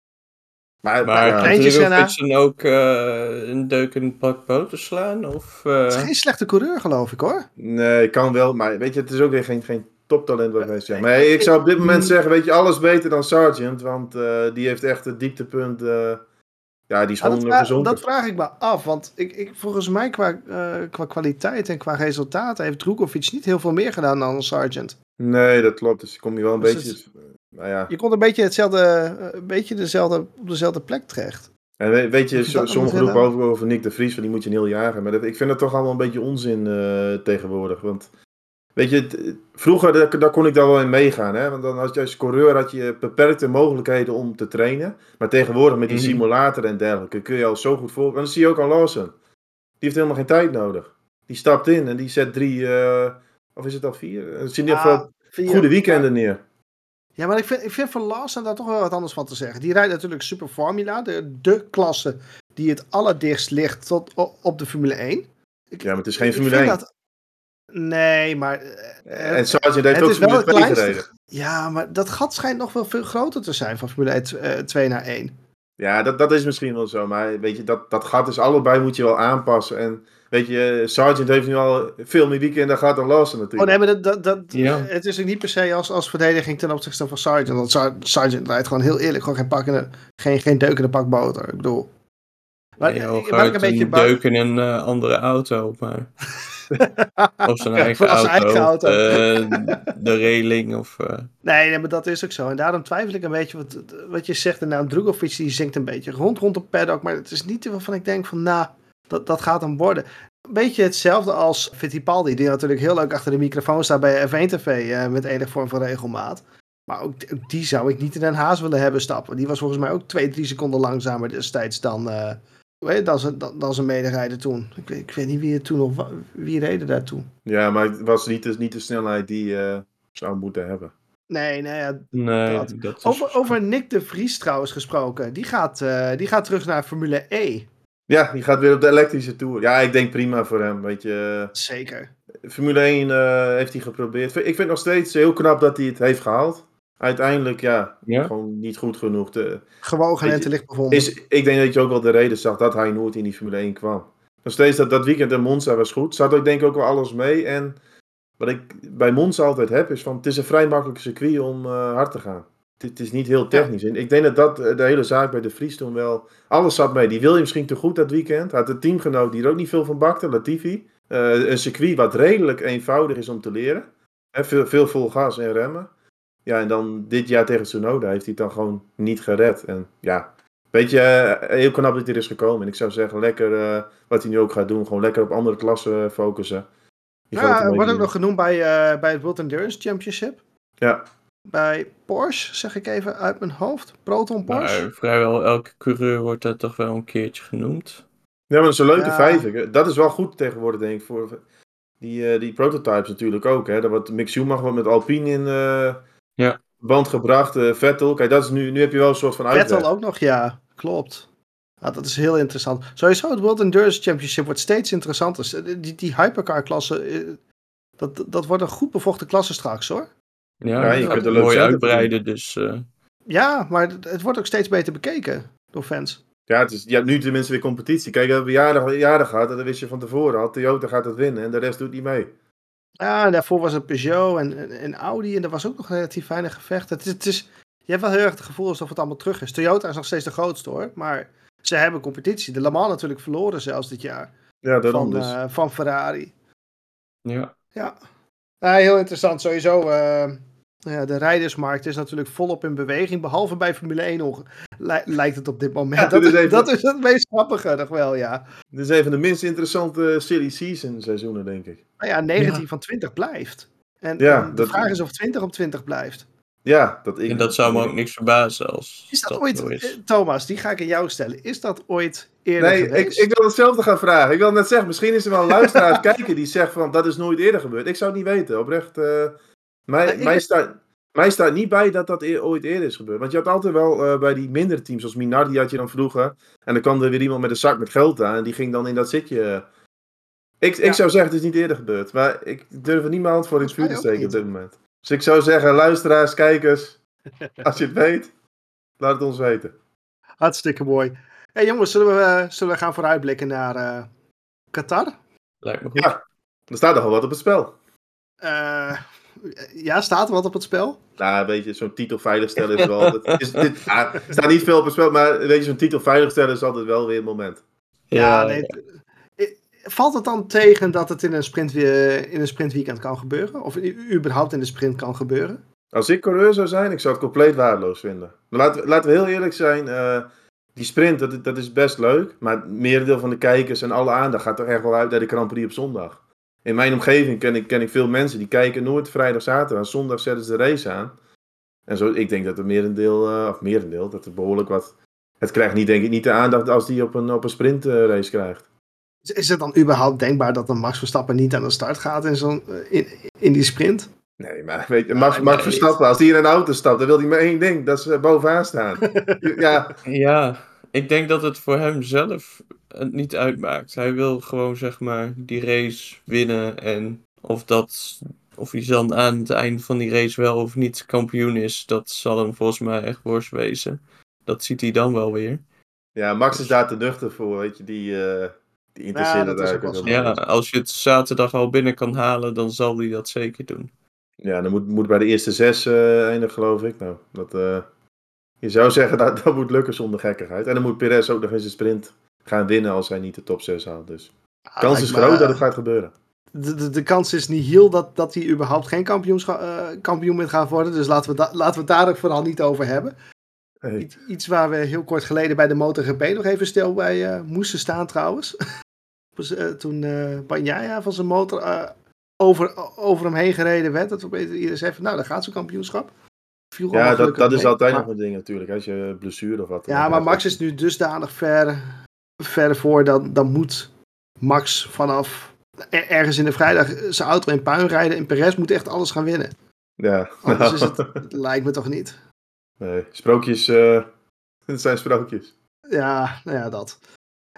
Maar Maar ja, kan Kleintje Senna. Drugovic dan ook een deuk in het pak boter slaan? Of, Het is geen slechte coureur, geloof ik, hoor. nee, kan wel. Maar weet je, het is ook weer geen toptalent wat wij zeggen. Maar ik zou op dit moment zeggen, weet je, alles beter dan Sargent. Want die heeft echt het dieptepunt. Ja, die is gewoon gezonken. Dat vraag ik me af, want volgens mij qua kwaliteit en qua resultaten heeft Drugovic niet heel veel meer gedaan dan Sargent. Nee, dat klopt. Dus kom je wel een Dus beetje... Nou ja. Je komt een beetje op dezelfde plek terecht. En weet je, Of je dat sommige moet roepen over Nick de Vries, van die moet je een heel jagen. Maar ik vind het toch allemaal een beetje onzin tegenwoordig. Want weet je, vroeger daar kon ik daar wel in meegaan. Hè? Want dan had je als coureur had je beperkte mogelijkheden om te trainen. Maar tegenwoordig met die simulator en dergelijke kun je al zo goed voor. En dat zie je ook aan Lawson. Die heeft helemaal geen tijd nodig. Die stapt in en die zet 3, of is het al 4? Er zit in ieder geval goede weekenden neer. Ja, maar ik vind van Lawson daar toch wel wat anders van te zeggen. Die rijdt natuurlijk Super Formula, de klasse die het allerdichtst ligt tot op de Formule 1. Ja, maar het is geen Formule 1. Nee, maar... en Sargent heeft ook Formule 2 gereden. Ja, maar dat gat schijnt nog wel veel groter te zijn van Formule 2 naar 1. Ja, dat is misschien wel zo. Maar weet je, dat gat is allebei moet je wel aanpassen. En weet je, Sargent heeft nu al veel meer weekenden gehad dan Lawson natuurlijk. Oh nee, maar het is ook niet per se als verdediging ten opzichte van Sargent. Want Sargent rijdt gewoon heel eerlijk gewoon geen deukende pak boter. Ik bedoel... Maar ik een deuk in een andere auto, maar... of zijn eigen auto. De reling of... Nee, maar dat is ook zo. En daarom twijfel ik een beetje wat je zegt. En Drugovic die zinkt een beetje rond de paddock. Maar het is niet waarvan ik denk van, dat gaat hem worden. Een beetje hetzelfde als Fittipaldi. Die natuurlijk heel leuk achter de microfoon staat bij F1 TV. Met enige vorm van regelmaat. Maar ook die zou ik niet in een haas willen hebben stappen. Die was volgens mij ook 2-3 seconden langzamer destijds dan zijn mederijder toen. Ik weet niet wie reed daar toen. Ja, maar het was niet de snelheid die zou moeten hebben. Over Nick de Vries trouwens gesproken. Die gaat terug naar Formule E. Ja, die gaat weer op de elektrische Tour. Ja, ik denk prima voor hem. Weet je, Zeker. Formule 1 heeft hij geprobeerd. Ik vind het nog steeds heel knap dat hij het heeft gehaald. Uiteindelijk, Ja? gewoon niet goed genoeg. Gewogen Weet en je, te licht bevonden. ik denk dat je ook wel de reden zag dat hij nooit in die Formule 1 kwam. Nog steeds dat weekend in Monza was goed. Zat ook denk ik ook wel alles mee. En wat ik bij Monza altijd heb, is van het is een vrij makkelijk circuit om hard te gaan. Het is niet heel technisch. En ik denk dat de hele zaak bij de Vries toen wel... Alles zat mee. Die wil je misschien te goed dat weekend. Had een teamgenoot die er ook niet veel van bakte, Latifi. Een circuit wat redelijk eenvoudig is om te leren. Veel vol gas en remmen. Ja, en dan dit jaar tegen Tsunoda heeft hij het dan gewoon niet gered. En ja, weet je, heel knap dat hij er is gekomen. En ik zou zeggen, lekker wat hij nu ook gaat doen. Gewoon lekker op andere klassen focussen. Die gaat het Ja, ermee wordt ook doen. nog genoemd bij het World Endurance Championship. Ja, Bij Porsche, zeg ik even uit mijn hoofd. Proton Porsche. Maar vrijwel elke coureur wordt daar toch wel een keertje genoemd. ja, maar dat is een leuke Ja. vijver. Dat is wel goed tegenwoordig, denk ik, voor die prototypes natuurlijk ook. Hè. Dat wordt Mick Schumacher wordt met Alpine in Ja. band gebracht. Vettel, kijk, dat is nu heb je wel een soort van uitweg. Vettel ook nog, ja. Klopt. Ja, dat is heel interessant. Sowieso, het World Endurance Championship wordt steeds interessanter. Die hypercar-klasse, dat wordt een goed bevochten klasse straks, hoor. Ja, je je kunt kunt er het leuk mooi centen uitbreiden, dus... Ja, maar het wordt ook steeds beter bekeken door fans. Ja, je hebt nu tenminste weer competitie. Kijk, we hebben jaren gehad en dan wist je van tevoren al. Toyota gaat het winnen en de rest doet niet mee. Ja, en daarvoor was het Peugeot en Audi. En er was ook nog relatief weinig gevecht. Je hebt wel heel erg het gevoel alsof het allemaal terug is. Toyota is nog steeds de grootste, hoor. Maar ze hebben competitie. De Le Mans natuurlijk verloren zelfs dit jaar. Ja, daarom dus. Van Ferrari. Ja. Ja. Heel interessant. Sowieso, de rijdersmarkt is natuurlijk volop in beweging. Behalve bij Formule 1 lijkt het op dit moment. Ja, dat is het meest grappige nog wel, ja. Dit is een van de minst interessante silly season seizoenen, denk ik. Nou ja, 19 van 20 blijft. En de vraag is of 20 op 20 blijft. Ja, En dat zou me ook niks verbazen als Is dat dat ooit, zo is. Thomas, die ga ik aan jou stellen. Is dat ooit eerder Nee, geweest? ik wil hetzelfde gaan vragen. Ik wil net zeggen, misschien is er wel een luisteraar aan het kijken die zegt van dat is nooit eerder gebeurd. Ik zou het niet weten, oprecht. Mij staat niet bij dat ooit eerder is gebeurd. Want je had altijd wel bij die mindere teams, zoals Minardi had je dan vroeger. En dan kwam er weer iemand met een zak met geld aan en die ging dan in dat zitje. Ik zou zeggen, het is niet eerder gebeurd. Maar ik durf er niet mijn hand voor in het vuur te steken op dit moment. Dus ik zou zeggen, luisteraars, kijkers, als je het weet, laat het ons weten. Hartstikke mooi. Hey jongens, zullen we gaan vooruitblikken naar Qatar? Lijkt me goed. Ja, er staat nogal wat op het spel. Ja, staat er wat op het spel? Nou, weet je, zo'n titel veiligstellen is wel... Er staat niet veel op het spel, maar weet je, zo'n titel veiligstellen is altijd wel weer een moment. Ja, nee. Valt het dan tegen dat het in een sprintweekend kan gebeuren? Of überhaupt in de sprint kan gebeuren? Als ik coureur zou zijn, ik zou het compleet waardeloos vinden. Maar laten we heel eerlijk zijn, die sprint, dat is best leuk. Maar het merendeel van de kijkers en alle aandacht gaat toch echt wel uit naar de Grand Prix op zondag. In mijn omgeving ken ik veel mensen die kijken nooit vrijdag, zaterdag. Zondag zetten ze de race aan. En zo, ik denk dat er merendeel, dat er behoorlijk wat... Het krijgt denk ik niet de aandacht als die op een sprintrace krijgt. Is het dan überhaupt denkbaar dat een Max Verstappen niet aan de start gaat in die sprint? Nee, maar weet je, Max Verstappen, als hij in een auto stapt, dan wil hij maar één ding, dat ze bovenaan staan. Ja, ik denk dat het voor hem zelf het niet uitmaakt. Hij wil gewoon, zeg maar, die race winnen. En of hij dan aan het einde van die race wel of niet kampioen is, dat zal hem volgens mij echt worst wezen. Dat ziet hij dan wel weer. Ja, Max is daar te nuchter voor, weet je, die interesseert dat het is ook wel eigenlijk. Ja, als je het zaterdag al binnen kan halen, dan zal hij dat zeker doen. Ja, dan moet bij de eerste 6 eindigen, geloof ik. Nou, je zou zeggen dat moet lukken zonder gekkigheid. En dan moet Perez ook nog eens een sprint gaan winnen als hij niet de top 6 haalt. Dus de kans is groot dat het gaat gebeuren. De kans is niet heel dat hij überhaupt geen kampioen meer gaat worden. Dus laten we het daar ook vooral niet over hebben. Hey. Iets waar we heel kort geleden bij de MotoGP nog even stil bij moesten staan trouwens. Toen Bagnaia van zijn motor over hem heen gereden werd. Dat iedereen zei van, nou, daar gaat zo'n kampioenschap. Ja, dat is altijd nog een ding natuurlijk. Als je blessure of wat. Ja, maar Max is nu dusdanig ver voor. Dan moet Max vanaf ergens in de vrijdag zijn auto in puin rijden. En Perez moet echt alles gaan winnen. Ja. Anders is het lijkt me toch niet. Nee, sprookjes. Het zijn sprookjes. Ja, nou ja, dat.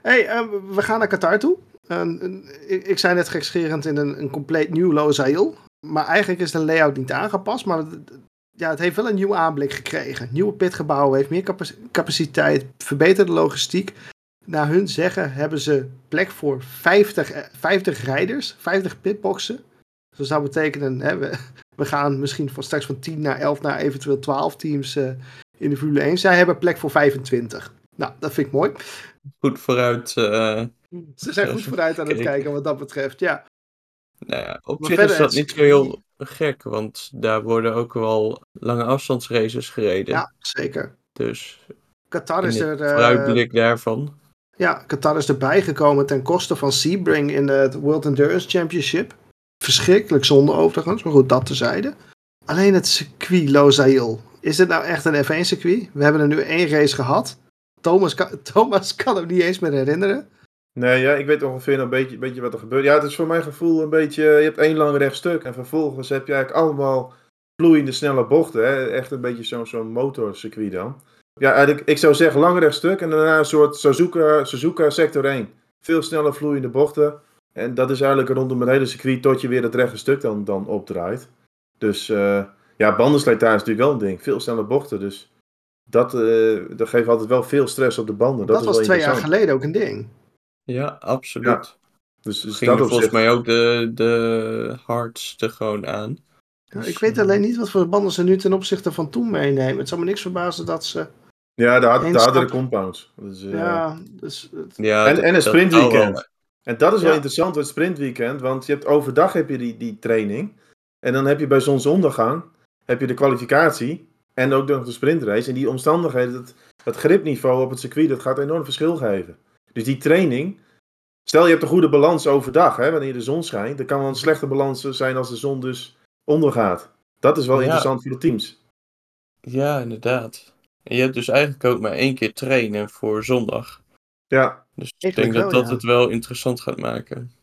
Hey, we gaan naar Qatar toe. Ik zei net gekscherend in een compleet nieuw Losail. Maar eigenlijk is de layout niet aangepast. Maar het heeft wel een nieuwe aanblik gekregen. Nieuwe pitgebouwen, heeft meer capaciteit, verbeterde logistiek. Naar hun zeggen hebben ze plek voor 50 rijders, 50 pitboxen. Dus dat zou betekenen, we gaan misschien straks van 10 naar 11 naar eventueel 12 teams in de Formule 1. Zij hebben plek voor 25. Nou, dat vind ik mooi. Goed vooruit. Ze zijn goed vooruit aan het kijken wat dat betreft, ja. Nou ja, op zich is dat niet zo heel gek, want daar worden ook wel lange afstandsraces gereden. Ja, zeker. Dus Qatar is er... vooruitblik daarvan. Ja, Qatar is erbij gekomen ten koste van Sebring in het World Endurance Championship. Verschrikkelijk zonde overigens, maar goed, dat tezijde. Alleen het circuit Losail. Is dit nou echt een F1 circuit? We hebben er nu 1 race gehad. Thomas kan hem niet eens meer herinneren. Nee, ja, ik weet ongeveer een beetje wat er gebeurt. Ja, het is voor mijn gevoel een beetje... Je hebt 1 lang rechtstuk en vervolgens heb je eigenlijk allemaal vloeiende snelle bochten. Hè? Echt een beetje zo'n motorcircuit dan. Ja, eigenlijk, ik zou zeggen lang rechtstuk en daarna een soort Suzuka sector 1. Veel sneller vloeiende bochten. En dat is eigenlijk rondom het hele circuit tot je weer het rechte stuk dan opdraait. Dus bandenslijtage is natuurlijk wel een ding. Veel snelle bochten, dus dat geeft altijd wel veel stress op de banden. Dat was 2 jaar geleden ook een ding. Ja, absoluut. Ja. Dus ging dat volgens mij ook de hardste gewoon aan. Ja, ik weet alleen niet wat voor banden ze nu ten opzichte van toen meenemen. Het zou me niks verbazen dat ze... Ja, de hardere compounds. Dus, en een sprintweekend. En dat is wel interessant, het sprintweekend. Want je hebt overdag heb je die training. En dan heb je bij zonsondergang heb je de kwalificatie. En ook nog de sprintrace. En die omstandigheden, dat gripniveau op het circuit, dat gaat enorm verschil geven. Dus die training... Stel je hebt een goede balans overdag, hè, wanneer de zon schijnt. Dan kan wel een slechte balans zijn als de zon dus ondergaat. Dat is wel interessant voor de teams. Ja, inderdaad. En je hebt dus eigenlijk ook maar 1 keer trainen voor zondag. Ja. Dus ik denk dat het wel interessant gaat maken.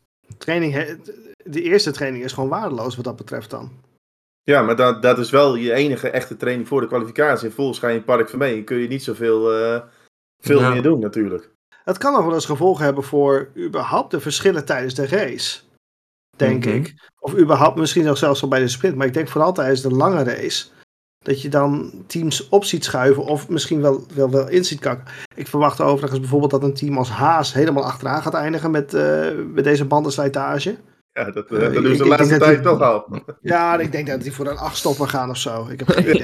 De eerste training is gewoon waardeloos wat dat betreft dan. Ja, maar dat is wel je enige echte training voor de kwalificatie. En vervolgens ga je in Park Vermee en kun je niet zoveel meer doen natuurlijk. Het kan nog wel eens gevolgen hebben voor überhaupt de verschillen tijdens de race. Denk ik. Of überhaupt misschien nog zelfs al bij de sprint. Maar ik denk vooral tijdens de lange race. Dat je dan teams op ziet schuiven. Of misschien wel in ziet kakken. Ik verwacht overigens bijvoorbeeld dat een team als Haas helemaal achteraan gaat eindigen met deze bandenslijtage. Ja, dat doen ze de laatste tijd toch al. Ja, ik denk dat die voor een 8-stopper gaan of zo. Ik heb geen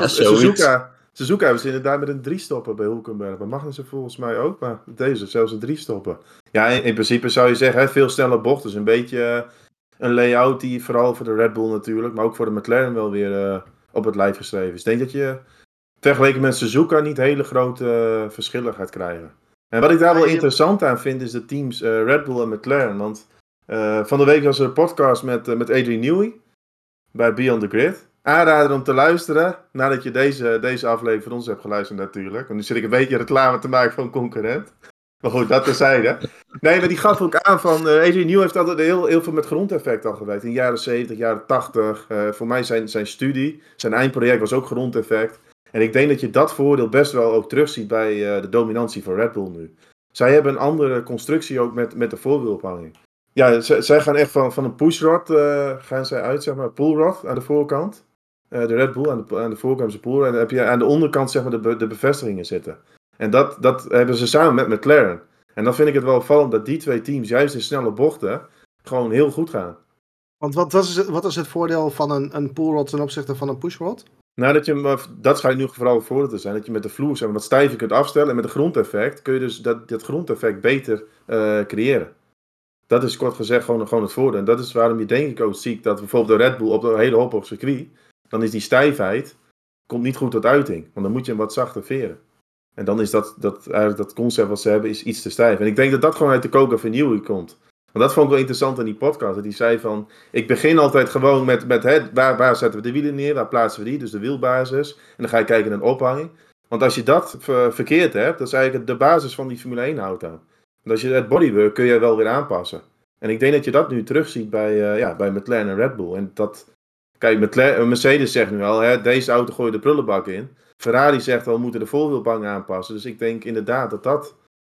idee. Suzuka hebben ze inderdaad met een 3-stopper bij Hulkenberg. Maar Magnussen volgens mij ook, maar deze zelfs een 3-stopper. Ja, in principe zou je zeggen, veel snelle bochten. Dus een beetje een layout die vooral voor de Red Bull natuurlijk, maar ook voor de McLaren wel weer op het lijf geschreven is. Ik denk dat je vergeleken met Suzuka niet hele grote verschillen gaat krijgen. En wat ik daar wel interessant aan vind, is de teams Red Bull en McLaren. Want van de week was er een podcast met Adrian Newey bij Beyond the Grid. Aanrader om te luisteren, nadat je deze aflevering van ons hebt geluisterd natuurlijk. Want nu zit ik een beetje reclame te maken voor een concurrent. Maar goed, dat terzijde. Nee, maar die gaf ook aan van... Adrian Newey heeft altijd heel veel met grondeffect al gewerkt. In de jaren 70, jaren 80. Voor mij zijn studie, zijn eindproject was ook grondeffect. En ik denk dat je dat voordeel best wel ook terugziet bij de dominantie van Red Bull nu. Zij hebben een andere constructie ook met de voorwielophanging. Ja, zij gaan echt van een pushrod gaan zij uit, zeg maar, pullrod aan de voorkant. De Red Bull aan de voorkant is een pullrod. En dan heb je aan de onderkant zeg maar de bevestigingen zitten. En dat hebben ze samen met McLaren. En dan vind ik het wel opvallend dat die 2 teams juist in snelle bochten gewoon heel goed gaan. Want wat is het voordeel van een pullrod ten opzichte van een pushrod? Nou, dat schijnt nu vooral het voordeel te zijn. Dat je met de vloer zeg maar, wat stijver kunt afstellen. En met een grondeffect kun je dus dat grondeffect beter creëren. Dat is kort gezegd gewoon het voordeel. En dat is waarom je denk ik ook ziet dat bijvoorbeeld de Red Bull op de hele hoop op circuit, dan is die stijfheid komt niet goed tot uiting. Want dan moet je hem wat zachter veren. En dan is dat concept wat ze hebben is iets te stijf. En ik denk dat dat gewoon uit de koker van Newey komt. Want dat vond ik wel interessant in die podcast. Dat hij zei van, ik begin altijd gewoon met waar zetten we de wielen neer, waar plaatsen we die, dus de wielbasis. En dan ga je kijken naar een ophanging. Want als je dat verkeerd hebt, dat is eigenlijk de basis van die Formule 1 auto. Want als je het bodywork kun je wel weer aanpassen. En ik denk dat je dat nu terugziet bij McLaren en Red Bull. En dat, kijk, Mercedes zegt nu al, deze auto gooi je de prullenbak in. Ferrari zegt wel, we moeten de voorwielbang aanpassen. Dus ik denk inderdaad dat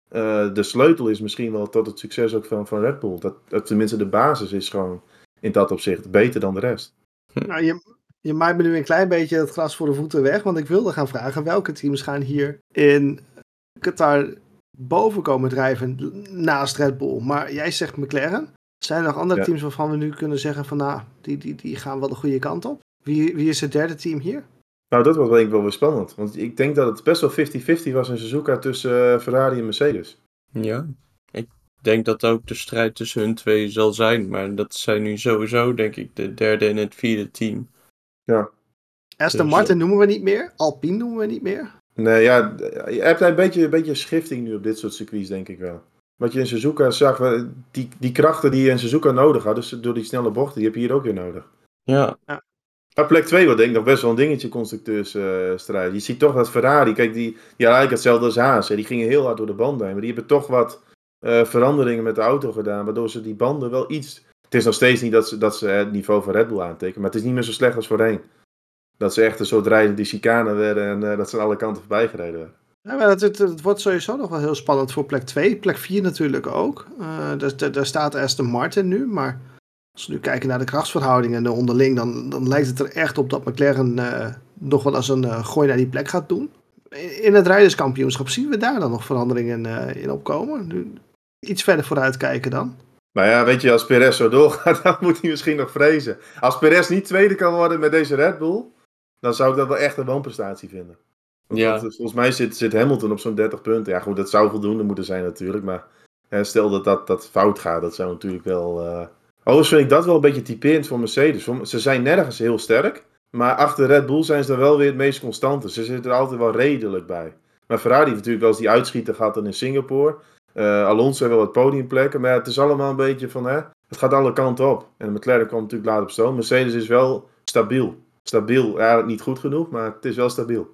de sleutel is misschien wel tot het succes ook van Red Bull. Dat tenminste de basis is gewoon in dat opzicht beter dan de rest. Nou, je maakt me nu een klein beetje het gras voor de voeten weg, want ik wilde gaan vragen welke teams gaan hier in Qatar boven komen drijven naast Red Bull. Maar jij zegt McLaren. Zijn er nog andere teams waarvan we nu kunnen zeggen van nou, die gaan wel de goede kant op? Wie is het derde team hier? Nou, dat was denk ik wel weer spannend. Want ik denk dat het best wel 50-50 was in Suzuka tussen Ferrari en Mercedes. Ja, ik denk dat ook de strijd tussen hun twee zal zijn. Maar dat zijn nu sowieso, denk ik, de derde en het vierde team. Ja. Aston Martin noemen we niet meer. Alpine noemen we niet meer. Nee, ja, je hebt een beetje schifting nu op dit soort circuits, denk ik wel. Wat je in Suzuka zag, die krachten die je in Suzuka nodig had, dus door die snelle bochten, die heb je hier ook weer nodig. Ja. Maar plek 2 wordt denk ik nog best wel een dingetje, constructeursstrijd. Je ziet toch dat Ferrari, kijk, die eigenlijk hetzelfde als Haas, die gingen heel hard door de banden heen. Maar die hebben toch wat veranderingen met de auto gedaan, waardoor ze die banden wel iets... Het is nog steeds niet dat ze het niveau van Red Bull aantekenen, maar het is niet meer zo slecht als voorheen. Dat ze echt een soort rijdende chicane werden en dat ze aan alle kanten voorbij gereden werden. Ja, maar het wordt sowieso nog wel heel spannend voor plek 2. Plek 4 natuurlijk ook. Daar staat Aston Martin nu, maar als we nu kijken naar de krachtsverhoudingen en de onderling, dan lijkt het er echt op dat McLaren nog wel eens een gooi naar die plek gaat doen. In het rijderskampioenschap zien we daar dan nog veranderingen in opkomen. Nu, iets verder vooruit kijken dan. Maar ja, weet je, als Perez zo doorgaat, dan moet hij misschien nog vrezen. Als Perez niet tweede kan worden met deze Red Bull, dan zou ik dat wel echt een woonprestatie vinden. Want volgens mij zit Hamilton op zo'n 30 punten. Ja goed, dat zou voldoende moeten zijn natuurlijk. Maar stel dat fout gaat, dat zou natuurlijk wel... Overigens vind ik dat wel een beetje typerend voor Mercedes. Ze zijn nergens heel sterk. Maar achter Red Bull zijn ze dan wel weer het meest constante. Ze zitten er altijd wel redelijk bij. Maar Ferrari heeft natuurlijk wel eens die uitschieter gehad dan in Singapore. Alonso heeft wel wat podiumplekken. Maar het is allemaal een beetje van... het gaat alle kanten op. En McLaren kwam natuurlijk laat op stoom. Mercedes is wel stabiel. Stabiel, ja, niet goed genoeg, maar het is wel stabiel.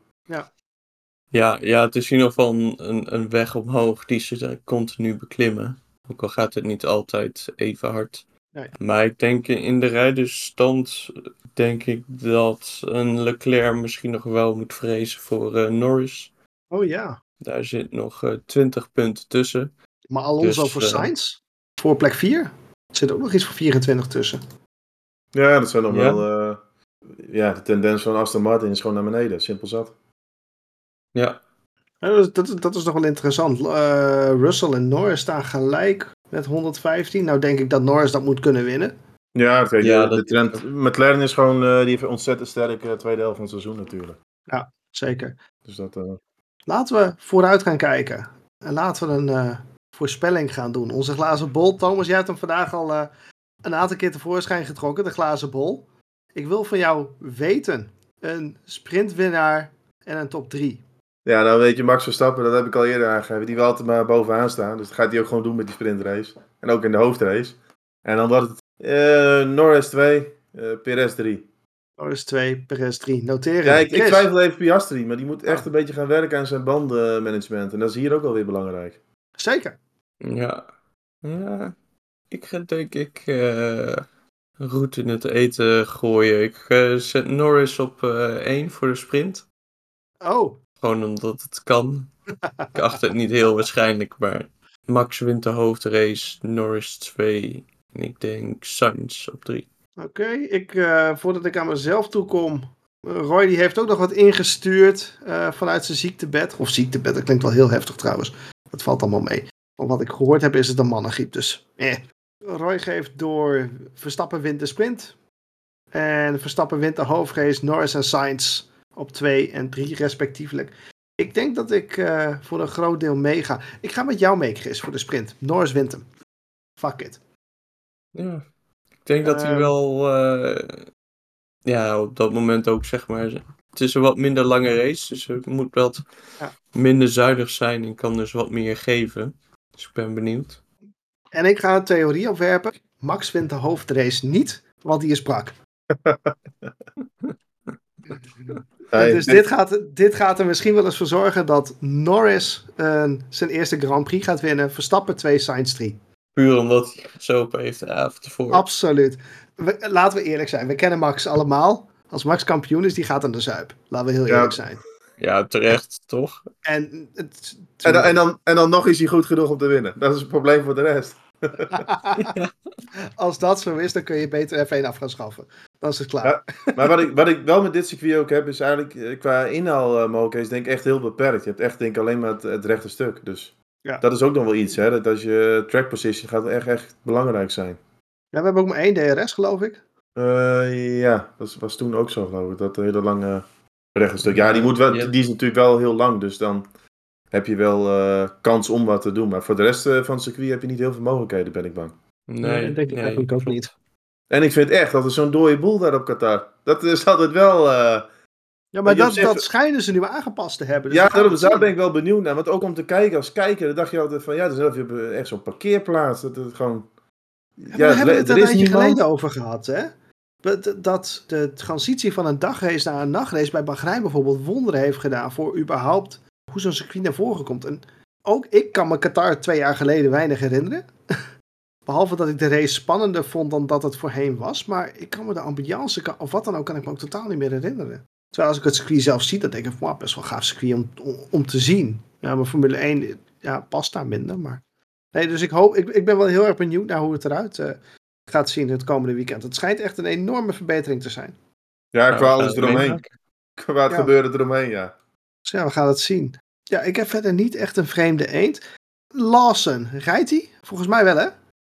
Ja, het is in ieder geval een weg omhoog die ze continu beklimmen. Ook al gaat het niet altijd even hard. Nee. Maar ik denk in de rijdersstand denk ik dat een Leclerc misschien nog wel moet vrezen voor Norris. Oh ja. Daar zit nog 20 punten tussen. Maar Alonso voor Sainz? Voor plek 4? Er zit ook nog iets voor 24 tussen. Ja, dat zijn nog wel... de tendens van Aston Martin is gewoon naar beneden. Simpel zat. Ja. Dat is nog wel interessant. Russell en Norris staan gelijk met 115. Nou denk ik dat Norris dat moet kunnen winnen. Ja, de trend. McLaren is gewoon die heeft ontzettend sterk tweede helft van het seizoen natuurlijk. Ja, zeker. Dus dat... Laten we vooruit gaan kijken. En laten we een voorspelling gaan doen. Onze glazen bol. Thomas, jij hebt hem vandaag al een aantal keer tevoorschijn getrokken. De glazen bol. Ik wil van jou weten. Een sprintwinnaar en een top 3. Ja, nou weet je, Max Verstappen, dat heb ik al eerder aangegeven. Die wil altijd maar bovenaan staan. Dus dat gaat hij ook gewoon doen met die sprintrace. En ook in de hoofdrace. En dan wordt het Norris 2, Perez 3. Norris 2, Perez 3. Noteren. Ja, ik twijfel even Piastri, maar die moet echt een beetje gaan werken aan zijn bandenmanagement. En dat is hier ook alweer belangrijk. Zeker. Ja. Ik ga denk ik roet in het eten gooien. Ik zet Norris op 1 voor de sprint. Oh. Gewoon omdat het kan. Ik acht het niet heel waarschijnlijk, maar Max wint de hoofdrace, Norris 2 en ik denk Sainz op 3. Oké, voordat ik aan mezelf toe kom, Roy die heeft ook nog wat ingestuurd vanuit zijn ziektebed. Of ziektebed, dat klinkt wel heel heftig trouwens. Dat valt allemaal mee. Van wat ik gehoord heb is het een mannengriep, dus Roy geeft door Verstappen wint de sprint. En Verstappen wint de hoofdrace, Norris en Sainz op 2 en 3 respectievelijk. Ik denk dat ik voor een groot deel meega. Ik ga met jou mee, Chris, voor de sprint. Norris wint hem. Fuck it. Ja, ik denk dat hij wel op dat moment ook zeg maar... Het is een wat minder lange race, dus het moet wat minder zuinig zijn en kan dus wat meer geven. Dus ik ben benieuwd. En ik ga een theorie opwerpen. Max wint de hoofdrace niet, want die is brak. Dus dit gaat er misschien wel eens voor zorgen dat Norris zijn eerste Grand Prix gaat winnen. Verstappen 2, Sainz 3. Puur omdat hij gesopen heeft de avond ervoor. Absoluut. Laten we eerlijk zijn. We kennen Max allemaal. Als Max kampioen is, die gaat aan de zuip. Laten we heel eerlijk zijn. Ja, terecht, toch? En, En dan nog is hij goed genoeg om te winnen. Dat is het probleem voor de rest. als dat zo is, dan kun je beter F1 af gaan schaffen. Dan is het klaar. Ja, maar wat ik wel met dit circuit ook heb, is eigenlijk qua inhaalmogelijkheden denk ik echt heel beperkt. Je hebt echt denk ik alleen maar het rechte stuk. Dus Ja. dat is ook nog wel iets, hè. Dat als je track position gaat echt belangrijk zijn. Ja, we hebben ook maar 1 DRS, geloof ik. Ja, dat was toen ook zo, geloof ik. Dat hele lange rechte stuk. Ja, die is natuurlijk wel heel lang, dus dan heb je wel kans om wat te doen. Maar voor de rest van het circuit heb je niet heel veel mogelijkheden, ben ik bang. Nee, denk ik eigenlijk ook niet. En ik vind echt, dat is zo'n dode boel daar op Qatar. Dat is altijd wel... Ja, maar je op zich- dat schijnen ze nu aangepast te hebben. Dus ja, we gaan het daar zien. ben ik wel benieuwd naar. Want ook om te kijken, als kijker, dan dacht je altijd van... Ja, dat is echt zo'n parkeerplaats. Dat het gewoon... Ja, maar we hebben het er een is tijdje niemand. geleden over gehad, hè? Dat de transitie van een dagrace naar een nachtrace bij Bahrein bijvoorbeeld wonderen heeft gedaan voor überhaupt hoe zo'n circuit naar voren komt. En ook ik kan me Qatar 2 jaar geleden weinig herinneren. Behalve dat ik de race spannender vond dan dat het voorheen was. Maar ik kan me de ambiance, of wat dan ook, kan ik me ook totaal niet meer herinneren. Terwijl als ik het circuit zelf zie, dan denk ik van, wow, best wel gaaf circuit om te zien. Ja, maar Formule 1 past daar minder. Maar... Nee, dus ik ben wel heel erg benieuwd naar hoe het eruit gaat zien het komende weekend. Het schijnt echt een enorme verbetering te zijn. Ja, Nou, qua we alles gaan het eromheen. meemaken. Qua het Ja. gebeuren eromheen, ja. Dus ja, we gaan het zien. Ja, ik heb verder niet echt een vreemde eend. Lawson, rijdt hij? Volgens mij wel, hè?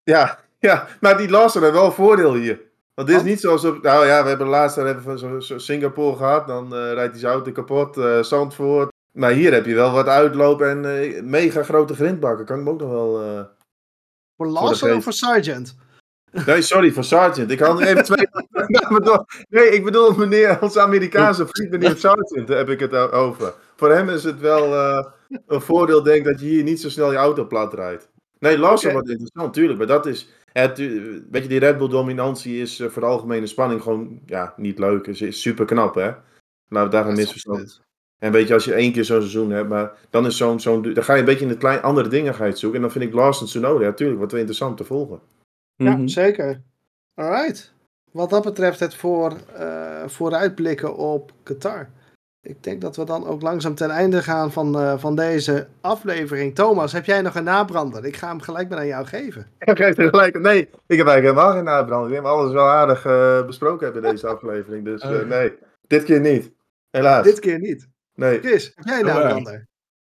Ja, maar die Lawson heeft wel een voordeel hier. Want dit is Want? niet zoals op... Nou ja, we hebben laatst even zo Singapore gehad. Dan rijdt hij zijn auto kapot. Zandvoort. Maar hier heb je wel wat uitlopen en mega grote grindbakken. Kan ik me ook nog wel... Voor de Lawson of geest. voor Sargent? Nee, sorry, voor Sargent. Ik had even twee... Nee, ik bedoel meneer, onze Amerikaanse vriend, meneer Sargent, daar heb ik het over. Voor hem is het wel een voordeel, denk ik, dat je hier niet zo snel je auto plat rijdt. Nee, Lawson Oké. wordt interessant, tuurlijk. Maar dat is... weet je, die Red Bull dominantie is voor de algemene spanning gewoon niet leuk. Is super knap, hè? Laten we daar geen misverstand. Absoluut. En weet je, als je 1 keer zo'n seizoen hebt, maar dan is dan ga je een beetje in de andere dingen ga je het zoeken. En dan vind ik Lawson Tsunoda, ja, tuurlijk, wordt wel interessant te volgen. Ja, Mhm. zeker. Alright. Wat dat betreft het vooruitblikken op Qatar. Ik denk dat we dan ook langzaam ten einde gaan van deze aflevering. Thomas, heb jij nog een nabrander? Ik ga hem gelijk maar aan jou geven. Ik geef er gelijk. Nee, ik heb eigenlijk helemaal geen nabranding. Ik heb alles wel aardig besproken hebben in deze aflevering. Dus nee, dit keer niet. Helaas. Dit keer niet. Nee. Chris, heb jij een Alright. nabrander?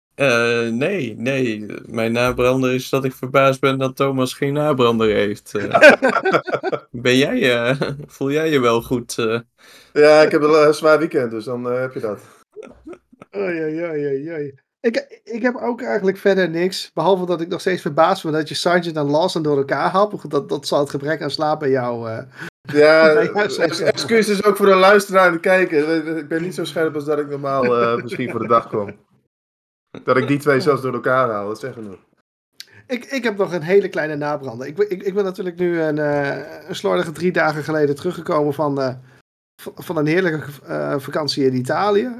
Nee. Mijn nabrander is dat ik verbaasd ben dat Thomas geen nabrander heeft. Voel jij je wel goed? Ja, ik heb een zwaar weekend, dus dan heb je dat. Oei. Ik heb ook eigenlijk verder niks. Behalve dat ik nog steeds verbaasd ben dat je Sargent en Lawson door elkaar haalt. Dat zal het gebrek aan slaap bij jou... Ja, bij jou zijn. excuses ook voor de luisteraar en de kijker. Ik ben niet zo scherp als dat ik normaal misschien voor de dag kom. Dat ik die twee zelfs door elkaar haal, dat is echt genoeg. Ik heb nog een hele kleine nabrander. Ik ben natuurlijk nu een slordige 3 dagen geleden teruggekomen van een heerlijke vakantie in Italië.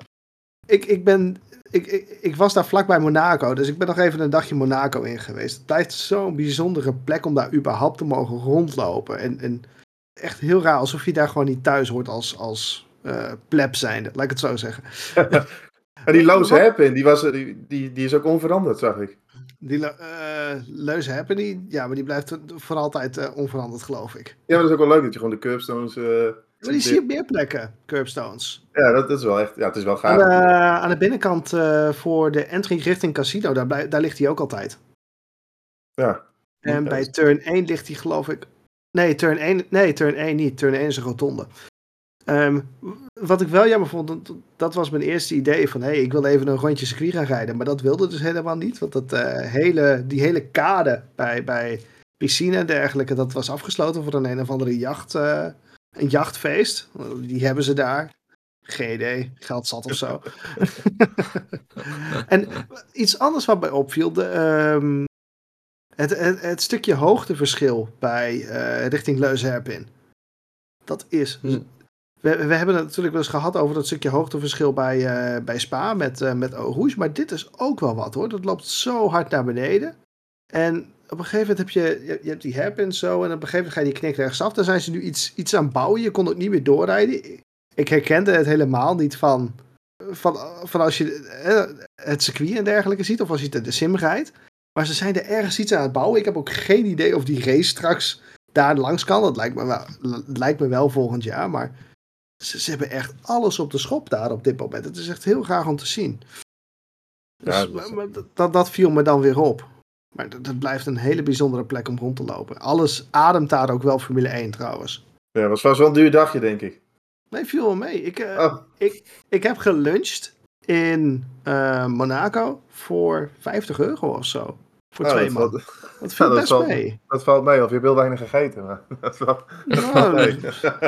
Ik was daar vlakbij Monaco, dus ik ben nog even een dagje Monaco in geweest. Het blijft zo'n bijzondere plek om daar überhaupt te mogen rondlopen. En echt heel raar, alsof je daar gewoon niet thuis hoort als pleb zijnde, laat ik het zo zeggen. En die Loos Happen, die is ook onveranderd, zag ik. Die Leuze Happy, ja, maar die blijft voor altijd onveranderd, geloof ik. Ja, maar dat is ook wel leuk dat je gewoon de curbstones... Maar die zie je op meer plekken, curbstones. Ja, dat is wel echt... Ja, het is wel gaaf. Aan de binnenkant voor de entry richting casino, daar ligt hij ook altijd. Ja. En Ja, bij turn 1 ligt hij, geloof ik... turn 1 niet. Turn 1 is een rotonde. Wat ik wel jammer vond, dat was mijn eerste idee van... ik wil even een rondje circuit gaan rijden. Maar dat wilde dus helemaal niet. Want die hele kade bij piscine en dergelijke... dat was afgesloten voor een of andere een jachtfeest. Die hebben ze daar. Geen idee. Geld zat of zo. En iets anders wat mij opviel... Het stukje hoogteverschil richting Leuze-Herpin. Dat is... We hebben het natuurlijk wel eens gehad over dat stukje hoogteverschil bij Spa met Eau Rouge. Maar dit is ook wel wat, hoor. Dat loopt zo hard naar beneden. En op een gegeven moment heb je hebt die hairpin zo. En op een gegeven moment ga je die knik rechtsaf. Daar zijn ze nu iets aan het bouwen. Je kon ook niet meer doorrijden. Ik herkende het helemaal niet van van als je het circuit en dergelijke ziet, of als je de sim rijdt. Maar ze zijn er ergens iets aan het bouwen. Ik heb ook geen idee of die race straks daar langs kan. Dat lijkt me wel volgend jaar, maar ze hebben echt alles op de schop daar op dit moment. Het is echt heel gaaf om te zien. Dus, dat viel me dan weer op. Maar dat blijft een hele bijzondere plek om rond te lopen. Alles ademt daar ook wel Formule 1 trouwens. Ja, was vast wel een duur dagje, denk ik. Nee, viel wel mee. Ik heb geluncht in Monaco voor €50 of zo. Voor 2 man. Dat viel best mee. Dat valt mee, of je hebt heel weinig gegeten. Maar dat valt mee.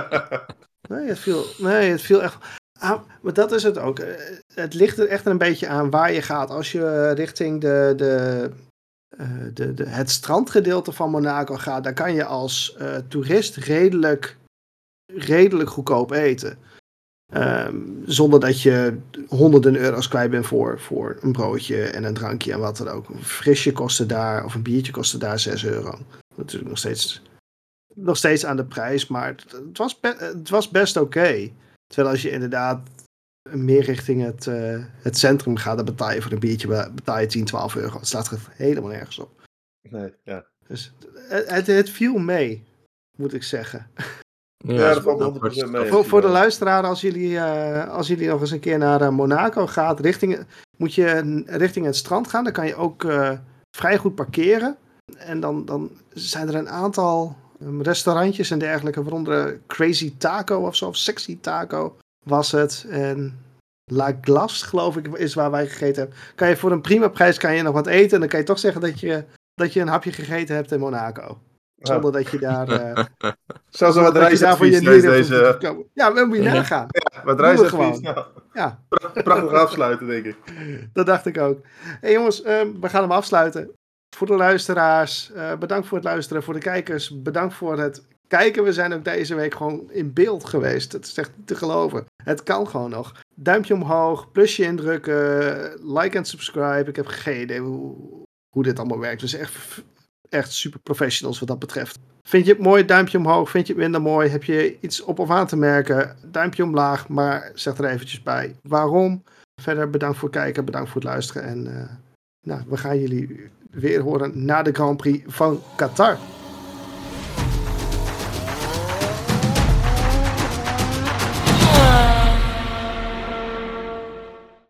Nee, het viel echt... maar dat is het ook. Het ligt er echt een beetje aan waar je gaat. Als je richting het strandgedeelte van Monaco gaat, dan kan je als toerist redelijk goedkoop eten. Zonder dat je honderden euro's kwijt bent voor een broodje en een drankje en wat dan ook. Een frisje kostte daar, of een biertje kostte daar €6. Natuurlijk nog steeds aan de prijs, maar het was best oké. Terwijl als je inderdaad meer richting het centrum gaat, dan betaal je voor een biertje betaal je €10-12. Het staat er helemaal nergens op. Nee, ja. Dus het viel mee, moet ik zeggen. Ja, dat valt 100% mee. Voor de luisteraar, als jullie nog eens een keer naar Monaco gaat, moet je richting het strand gaan. Dan kan je ook vrij goed parkeren. En dan zijn er een aantal restaurantjes en dergelijke, waaronder Crazy Taco of zo, of Sexy Taco was het. En La Glace, geloof ik, is waar wij gegeten hebben. Kan je voor een prima prijs nog wat eten. En dan kan je toch zeggen dat je een hapje gegeten hebt in Monaco. Zonder dat je daar... Zelfs wat reisadvies deze... Ja, we moeten je nagaan. Ja, wat reisadvies. Ja. Prachtig afsluiten, denk ik. Dat dacht ik ook. Hey jongens, we gaan hem afsluiten. Voor de luisteraars, bedankt voor het luisteren. Voor de kijkers, bedankt voor het kijken. We zijn ook deze week gewoon in beeld geweest. Het is echt niet te geloven. Het kan gewoon nog. Duimpje omhoog, plusje indrukken, like en subscribe. Ik heb geen idee hoe dit allemaal werkt. Dus echt super professionals wat dat betreft. Vind je het mooi? Duimpje omhoog. Vind je het minder mooi? Heb je iets op of aan te merken? Duimpje omlaag, maar zeg er eventjes bij waarom. Verder bedankt voor het kijken, bedankt voor het luisteren. En we gaan jullie weer horen na de Grand Prix van Qatar.